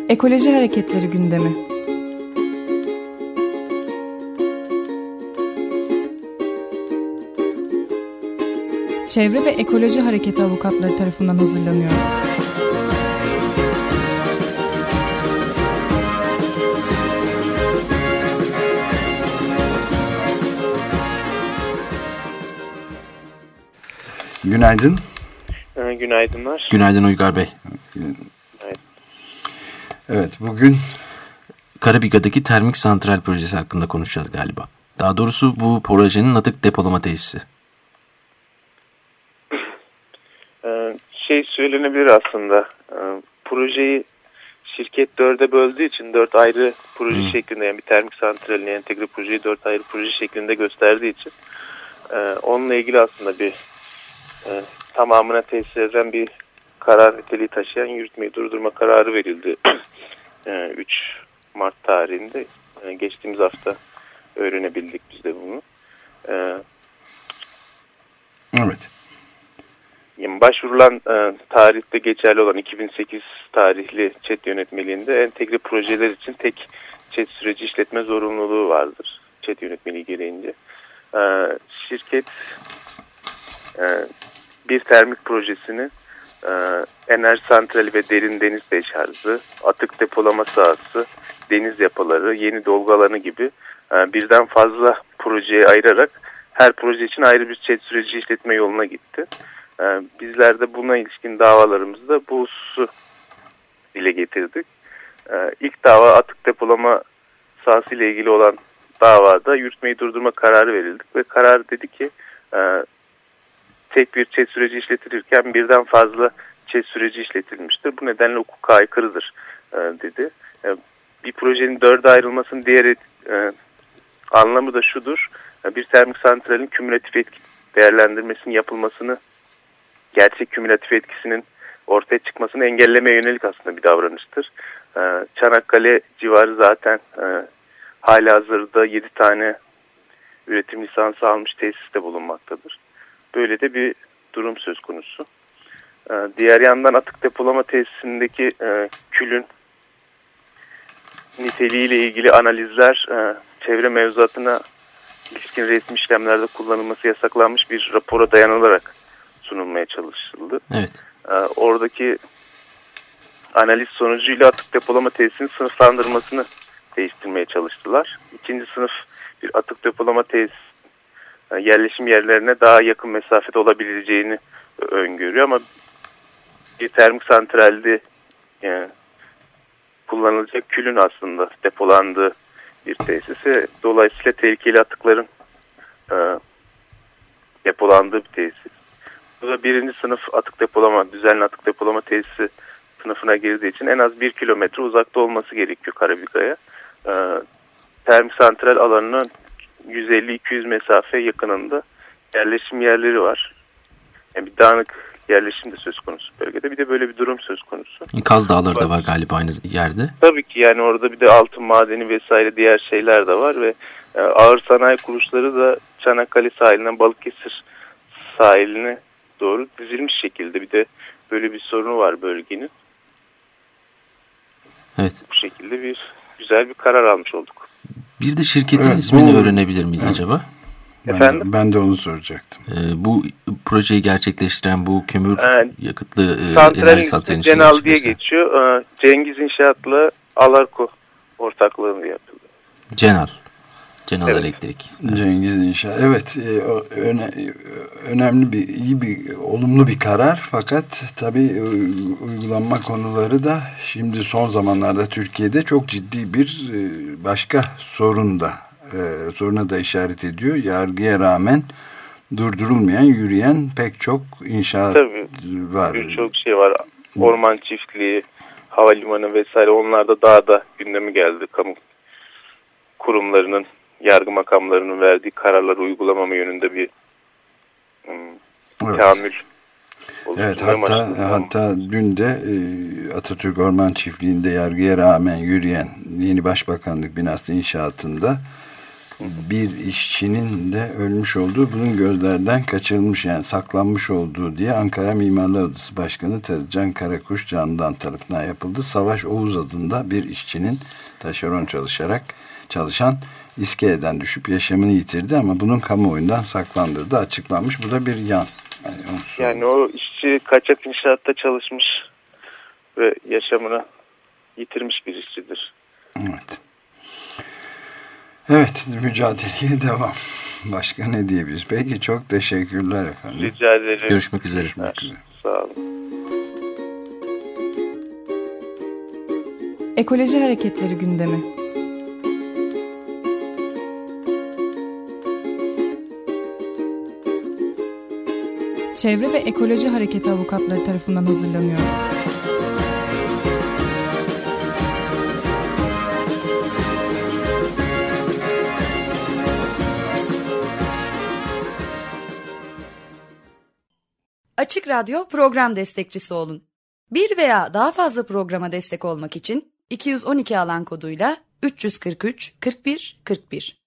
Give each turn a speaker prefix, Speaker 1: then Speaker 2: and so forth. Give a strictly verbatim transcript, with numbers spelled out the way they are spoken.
Speaker 1: Ekoloji hareketleri gündemi. Çevre ve Ekoloji Hareketi avukatları tarafından hazırlanıyor.
Speaker 2: Günaydın.
Speaker 3: Ee, günaydınlar.
Speaker 4: Günaydın Uygar Bey.
Speaker 3: Günaydın.
Speaker 4: Evet, bugün Karabiga'daki termik santral projesi hakkında konuşacağız galiba. Daha doğrusu bu projenin atık depolama tesisi.
Speaker 3: Ee, şey söylenebilir aslında. Ee, projeyi şirket dörde böldüğü için dört ayrı proje hmm. şeklinde, yani bir termik santralini entegre projeyi dört ayrı proje şeklinde gösterdiği için e, onunla ilgili aslında bir e, tamamına tesis eden bir karar niteliği taşıyan yürütmeyi durdurma kararı verildi. üç Mart tarihinde. Geçtiğimiz hafta öğrenebildik biz de bunu.
Speaker 2: Evet.
Speaker 3: Yani başvurulan tarihte geçerli olan iki bin sekiz tarihli ÇED yönetmeliğinde entegre projeler için tek ÇED süreci işletme zorunluluğu vardır. ÇED yönetmeliği gereğince. Şirket bir termik projesini enerji santrali ve derin deniz deşarjı, atık depolama sahası, deniz yapıları, yeni dolgu alanı gibi birden fazla projeye ayırarak her proje için ayrı bir ÇED süreci işletme yoluna gitti. Bizler de buna ilişkin davalarımızda bu hususu dile getirdik. İlk dava atık depolama sahası ile ilgili olan davada yürütmeyi durdurma kararı verildi ve karar dedi ki tek bir ÇED süreci işletilirken birden fazla ÇED süreci işletilmiştir. Bu nedenle hukuka aykırıdır e, dedi. E, bir projenin dörde ayrılmasının diğer et, e, anlamı da şudur. E, bir termik santralin kümülatif etki değerlendirmesinin yapılmasını, gerçek kümülatif etkisinin ortaya çıkmasını engellemeye yönelik aslında bir davranıştır. E, Çanakkale civarı zaten e, halihazırda yedi tane üretim lisansı almış tesiste bulunmaktadır. Böyle de bir durum söz konusu. Ee, diğer yandan atık depolama tesisindeki e, külün niteliğiyle ilgili analizler e, çevre mevzuatına ilişkin resmi işlemlerde kullanılması yasaklanmış bir rapora dayanılarak sunulmaya çalışıldı.
Speaker 4: Evet.
Speaker 3: Ee, oradaki analiz sonucuyla atık depolama tesisinin sınıflandırmasını değiştirmeye çalıştılar. İkinci sınıf bir atık depolama tesisi yerleşim yerlerine daha yakın mesafede olabileceğini öngörüyor ama bir termik santralde yani, kullanılacak külün aslında depolandığı bir tesisi. Dolayısıyla tehlikeli atıkların e, depolandığı bir tesis. Bu da birinci sınıf atık depolama, düzenli atık depolama tesisi sınıfına girdiği için en az bir kilometre uzakta olması gerekiyor Karabiga'ya. E, termik santral alanının yüz elli iki yüz mesafe yakınında yerleşim yerleri var. Yani bir dağınık yerleşim de söz konusu bölgede. Bir de böyle bir durum söz konusu.
Speaker 4: Kaz Dağları da var galiba aynı yerde.
Speaker 3: Tabii ki yani orada bir de altın madeni vesaire diğer şeyler de var ve e, ağır sanayi kuruluşları da Çanakkale sahilinden Balıkesir sahiline doğru dizilmiş şekilde. Bir de böyle bir sorunu var bölgenin.
Speaker 4: Evet. Bu
Speaker 3: şekilde bir güzel bir karar almış olduk.
Speaker 4: Bir de şirketin evet, ismini bu... öğrenebilir miyiz evet. acaba?
Speaker 2: Ben de, ben de onu soracaktım.
Speaker 4: Ee, bu projeyi gerçekleştiren bu kömür ee, yakıtlı e,
Speaker 3: enerji santralinin Cenal diye geçiyor. Ee, Cengiz İnşaat'la Alarko ortaklığını yapıldı.
Speaker 4: Cenal. Cenal evet. Elektrik.
Speaker 2: Evet. Cengiz İnşaat. Evet. E, öne, önemli bir, iyi bir, olumlu bir karar. Fakat tabii uygulanma konuları da şimdi son zamanlarda Türkiye'de çok ciddi bir başka sorun da e, soruna da işaret ediyor. Yargıya rağmen durdurulmayan, yürüyen pek çok inşaat tabii, var.
Speaker 3: Birçok şey var. Orman çiftliği, havalimanı vesaire, onlar da daha da gündeme geldi. Kamu kurumlarının, yargı makamlarının verdiği kararları uygulamama yönünde bir um, evet. tahammül
Speaker 2: Evet, hatta hatta dün de e, Atatürk Orman Çiftliği'nde yargıya rağmen yürüyen yeni Başbakanlık binası inşaatında bir işçinin de ölmüş olduğu, bunun gözlerden kaçırılmış, yani saklanmış olduğu diye Ankara Mimarlar Odası Başkanı Tezcan Karakuş Candan tarafından yapıldı. Savaş Oğuz adında bir işçinin taşeron çalışarak çalışan iskeleden düşüp yaşamını yitirdi ama bunun kamuoyundan saklandığı da açıklanmış. Bu da bir yan. Yani,
Speaker 3: yani o işçi kaçak inşaatta çalışmış ve yaşamını yitirmiş bir işçidir.
Speaker 2: Evet. Evet, mücadeleye devam. Başka ne diyebiliriz? Peki, çok teşekkürler efendim.
Speaker 3: Rica ederim.
Speaker 4: Görüşmek üzere.
Speaker 2: Görüşmek üzere.
Speaker 3: Sağ olun.
Speaker 1: Ekoloji hareketleri gündemi. Çevre ve Ekoloji Hareketi avukatları tarafından hazırlanıyor.
Speaker 5: Açık Radyo program destekçisi olun. Bir veya daha fazla programa destek olmak için iki yüz on iki alan koduyla üç yüz kırk üç kırk bir kırk bir